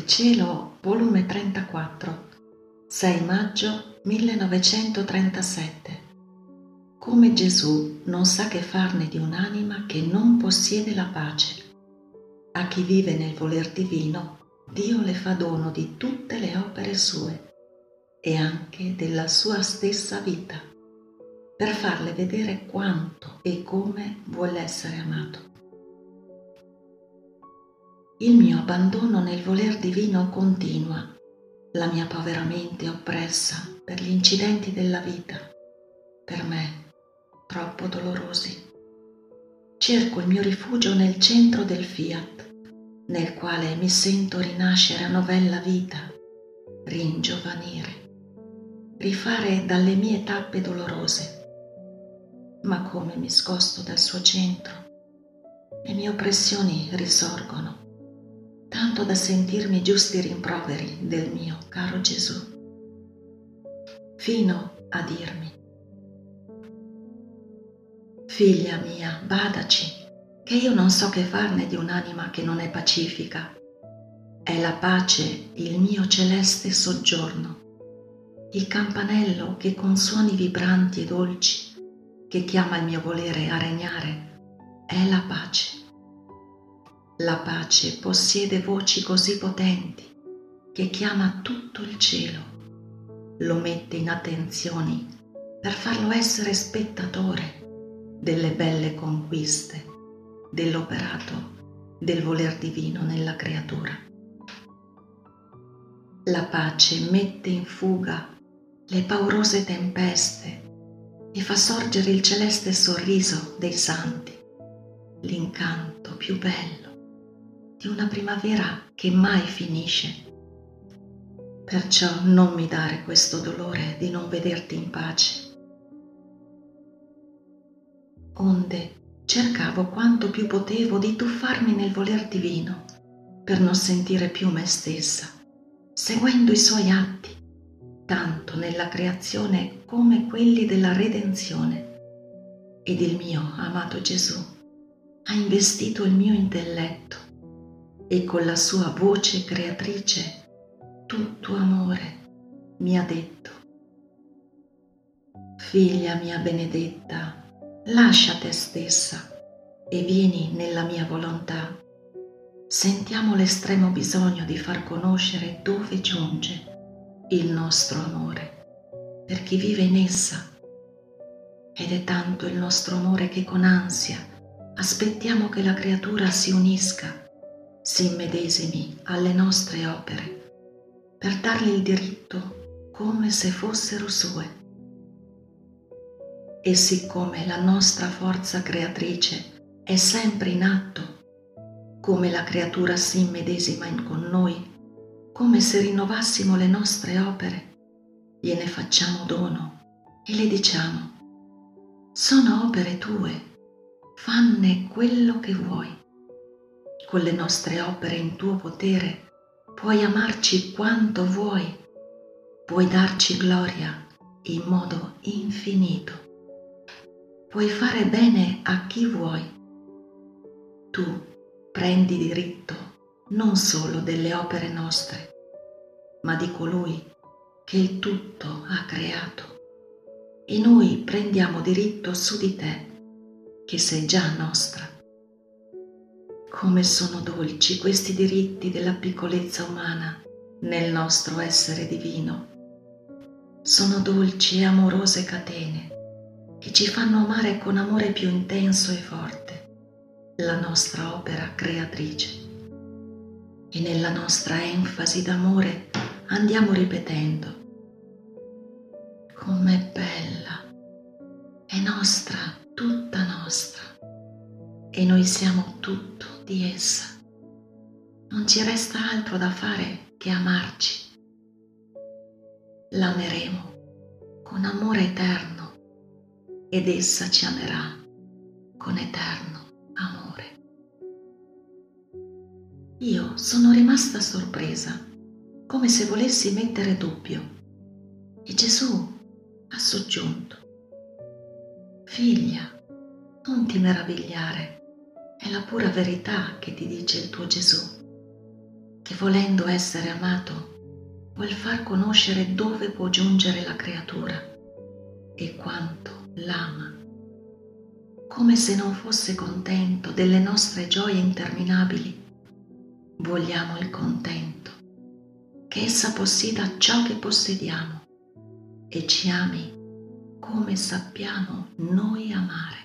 il cielo, volume 34, 6 maggio 1937. Come Gesù non sa che farne di un'anima che non possiede la pace. A chi vive nel voler divino, Dio le fa dono di tutte le opere sue e anche della sua stessa vita, per farle vedere quanto e come vuole essere amato. Il mio abbandono nel voler divino continua, la mia povera mente oppressa per gli incidenti della vita, per me troppo dolorosi. Cerco il mio rifugio nel centro del Fiat, nel quale mi sento rinascere a novella vita, ringiovanire, rifare dalle mie tappe dolorose. Ma come mi scosto dal suo centro, le mie oppressioni risorgono, tanto da sentirmi giusti rimproveri del mio caro Gesù, fino a dirmi: figlia mia, badaci, che io non so che farne di un'anima che non è pacifica. È la pace il mio celeste soggiorno, il campanello che con suoni vibranti e dolci, che chiama il mio volere a regnare, è la pace. La pace possiede voci così potenti che chiama tutto il cielo, lo mette in attenzioni per farlo essere spettatore delle belle conquiste, dell'operato del voler divino nella creatura. La pace mette in fuga le paurose tempeste e fa sorgere il celeste sorriso dei santi, l'incanto più bello di una primavera che mai finisce. Perciò non mi dare questo dolore di non vederti in pace. Onde cercavo quanto più potevo di tuffarmi nel voler divino, per non sentire più me stessa, seguendo i suoi atti, tanto nella creazione come quelli della redenzione. Ed il mio amato Gesù ha investito il mio intelletto e con la sua voce creatrice, tutto amore, mi ha detto: figlia mia benedetta, lascia te stessa e vieni nella mia volontà. Sentiamo l'estremo bisogno di far conoscere dove giunge il nostro amore per chi vive in essa. Ed è tanto il nostro amore che con ansia aspettiamo che la creatura si unisca, si immedesimi alle nostre opere, per dargli il diritto come se fossero sue. E siccome la nostra forza creatrice è sempre in atto, come la creatura si immedesima con noi, come se rinnovassimo le nostre opere, gliene facciamo dono e le diciamo: sono opere tue, fanne quello che vuoi. Con le nostre opere in tuo potere puoi amarci quanto vuoi, puoi darci gloria in modo infinito, puoi fare bene a chi vuoi. Tu prendi diritto non solo delle opere nostre, ma di colui che il tutto ha creato, e noi prendiamo diritto su di te, che sei già nostra. Come sono dolci questi diritti della piccolezza umana nel nostro essere divino. Sono dolci e amorose catene che ci fanno amare con amore più intenso e forte la nostra opera creatrice. E nella nostra enfasi d'amore andiamo ripetendo: com'è bella, è nostra, tutta nostra, e noi siamo tutto di essa. Non ci resta altro da fare che amarci. L'ameremo con amore eterno ed essa ci amerà con eterno amore. Io sono rimasta sorpresa, come se volessi mettere dubbio, e Gesù ha soggiunto: figlia, non ti meravigliare, è la pura verità che ti dice il tuo Gesù. che volendo essere amato vuol far conoscere dove può giungere la creatura e quanto l'ama, come se non fosse contento delle nostre gioie interminabili. Vogliamo il contento, che essa possieda ciò che possediamo e ci ami come sappiamo noi amare.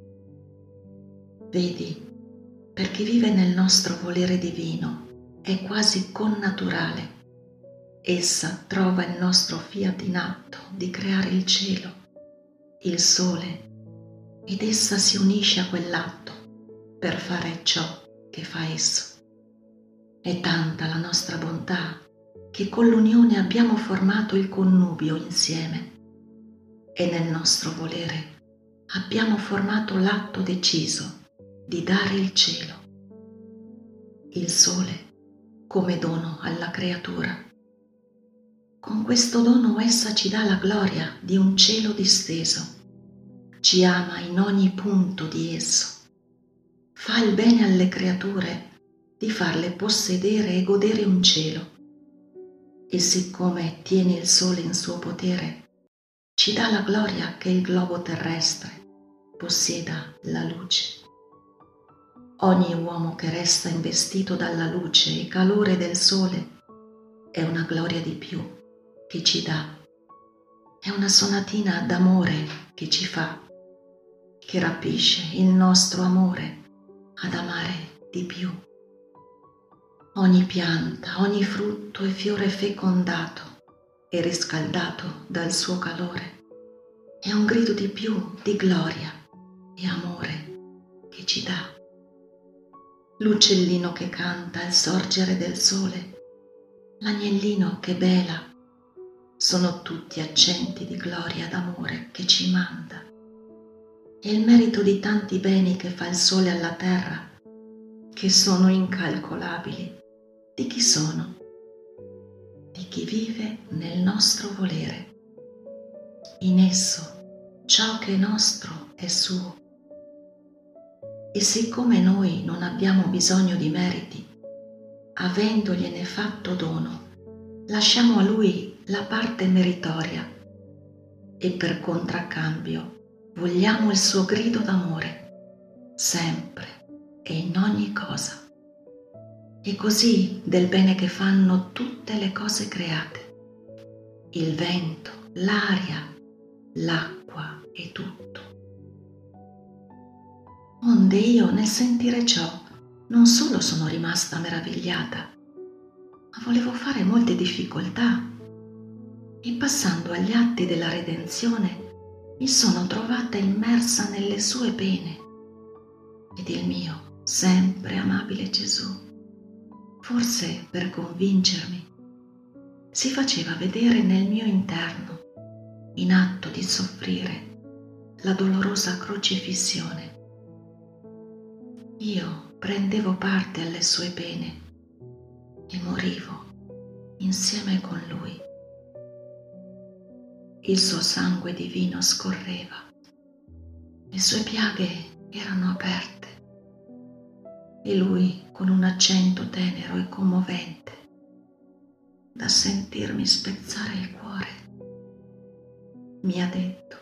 Vedi, per chi vive nel nostro volere divino è quasi connaturale. Essa trova il nostro fiat in atto di creare il cielo, il sole, ed essa si unisce a quell'atto per fare ciò che fa esso. È tanta la nostra bontà che con l'unione abbiamo formato il connubio insieme e nel nostro volere abbiamo formato l'atto deciso di dare il cielo, il sole, come dono alla creatura. Con questo dono essa ci dà la gloria di un cielo disteso, ci ama in ogni punto di esso, fa il bene alle creature di farle possedere e godere un cielo, e siccome tiene il sole in suo potere, ci dà la gloria che il globo terrestre possieda la luce. Ogni uomo che resta investito dalla luce e calore del sole è una gloria di più che ci dà, è una sonatina d'amore che ci fa, che rapisce il nostro amore ad amare di più. Ogni pianta, ogni frutto e fiore fecondato e riscaldato dal suo calore è un grido di più di gloria e amore che ci dà. L'uccellino che canta al sorgere del sole, l'agnellino che bela, sono tutti accenti di gloria ed amore che ci manda. E il merito di tanti beni che fa il sole alla terra, che sono incalcolabili, di chi sono? Di chi vive nel nostro volere. In esso ciò che è nostro è suo. E siccome noi non abbiamo bisogno di meriti, avendogliene fatto dono, lasciamo a lui la parte meritoria e per contraccambio vogliamo il suo grido d'amore, sempre e in ogni cosa. E così del bene che fanno tutte le cose create, il vento, l'aria, l'acqua e tutto. Onde io nel sentire ciò non solo sono rimasta meravigliata, ma volevo fare molte difficoltà e passando agli atti della redenzione mi sono trovata immersa nelle sue pene ed il mio sempre amabile Gesù, forse per convincermi, si faceva vedere nel mio interno, in atto di soffrire la dolorosa crocifissione. Io prendevo parte alle sue pene e morivo insieme con lui. Il suo sangue divino scorreva, le sue piaghe erano aperte e lui, con un accento tenero e commovente, da sentirmi spezzare il cuore, mi ha detto: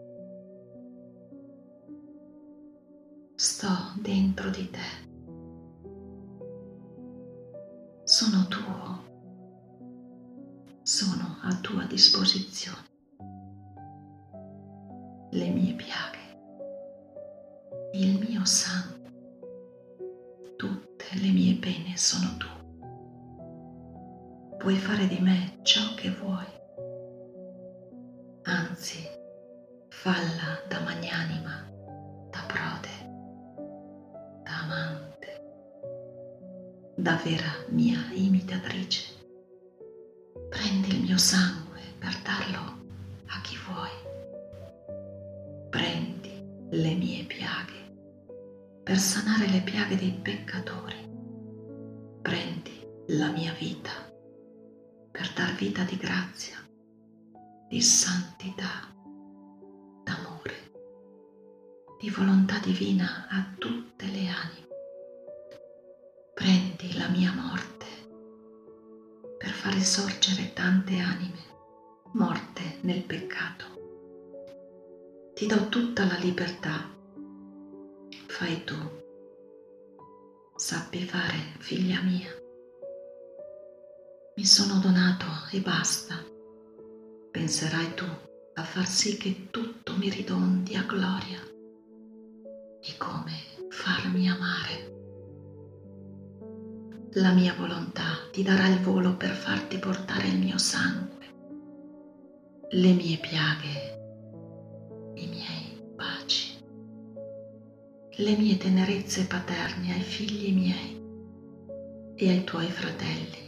sto dentro di te, sono tuo, sono a tua disposizione. Le mie piaghe, il mio sangue, tutte le mie pene sono tue. Puoi fare di me ciò che vuoi, anzi, falla da magnanima, da prode, da amante, da vera mia imitatrice. Prendi il mio sangue per darlo a chi vuoi. Prendi le mie piaghe per sanare le piaghe dei peccatori. Prendi la mia vita per dar vita di grazia, di santità, d'amore, di volontà divina a tutte le anime. Prendi la mia morte fa risorgere tante anime morte nel peccato. Ti do tutta la libertà. Fai tu. Sappi fare, figlia mia. Mi sono donato e basta. Penserai tu a far sì che tutto mi ridondi a gloria e come farmi amare. La mia volontà ti darà il volo per farti portare il mio sangue, le mie piaghe, i miei baci, le mie tenerezze paterne ai figli miei e ai tuoi fratelli.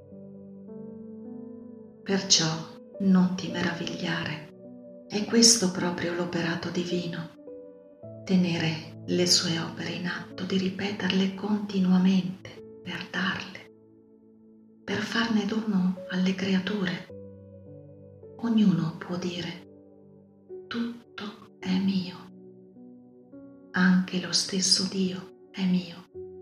Perciò non ti meravigliare, è questo proprio l'operato divino, tenere le sue opere in atto, di ripeterle continuamente per darle, per farne dono alle creature. Ognuno può dire: tutto è mio, anche lo stesso Dio è mio.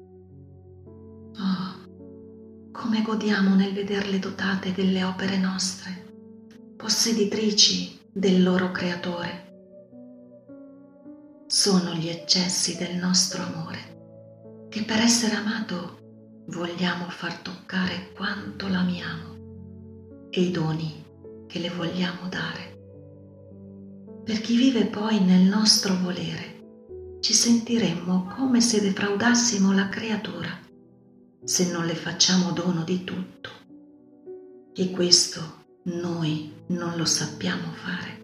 Oh, come godiamo nel vederle dotate delle opere nostre, posseditrici del loro creatore. Sono gli eccessi del nostro amore, che per essere amato vogliamo far toccare quanto l'amiamo e i doni che le vogliamo dare. Per chi vive poi nel nostro volere, ci sentiremmo come se defraudassimo la creatura se non le facciamo dono di tutto. E questo noi non lo sappiamo fare.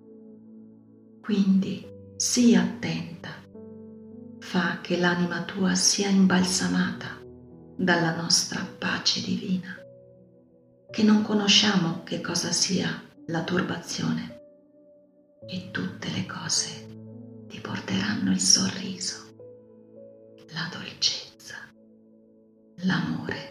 Quindi sii attenta, fa che l'anima tua sia imbalsamata dalla nostra pace divina, che non conosciamo che cosa sia la turbazione, e tutte le cose ti porteranno il sorriso, la dolcezza, l'amore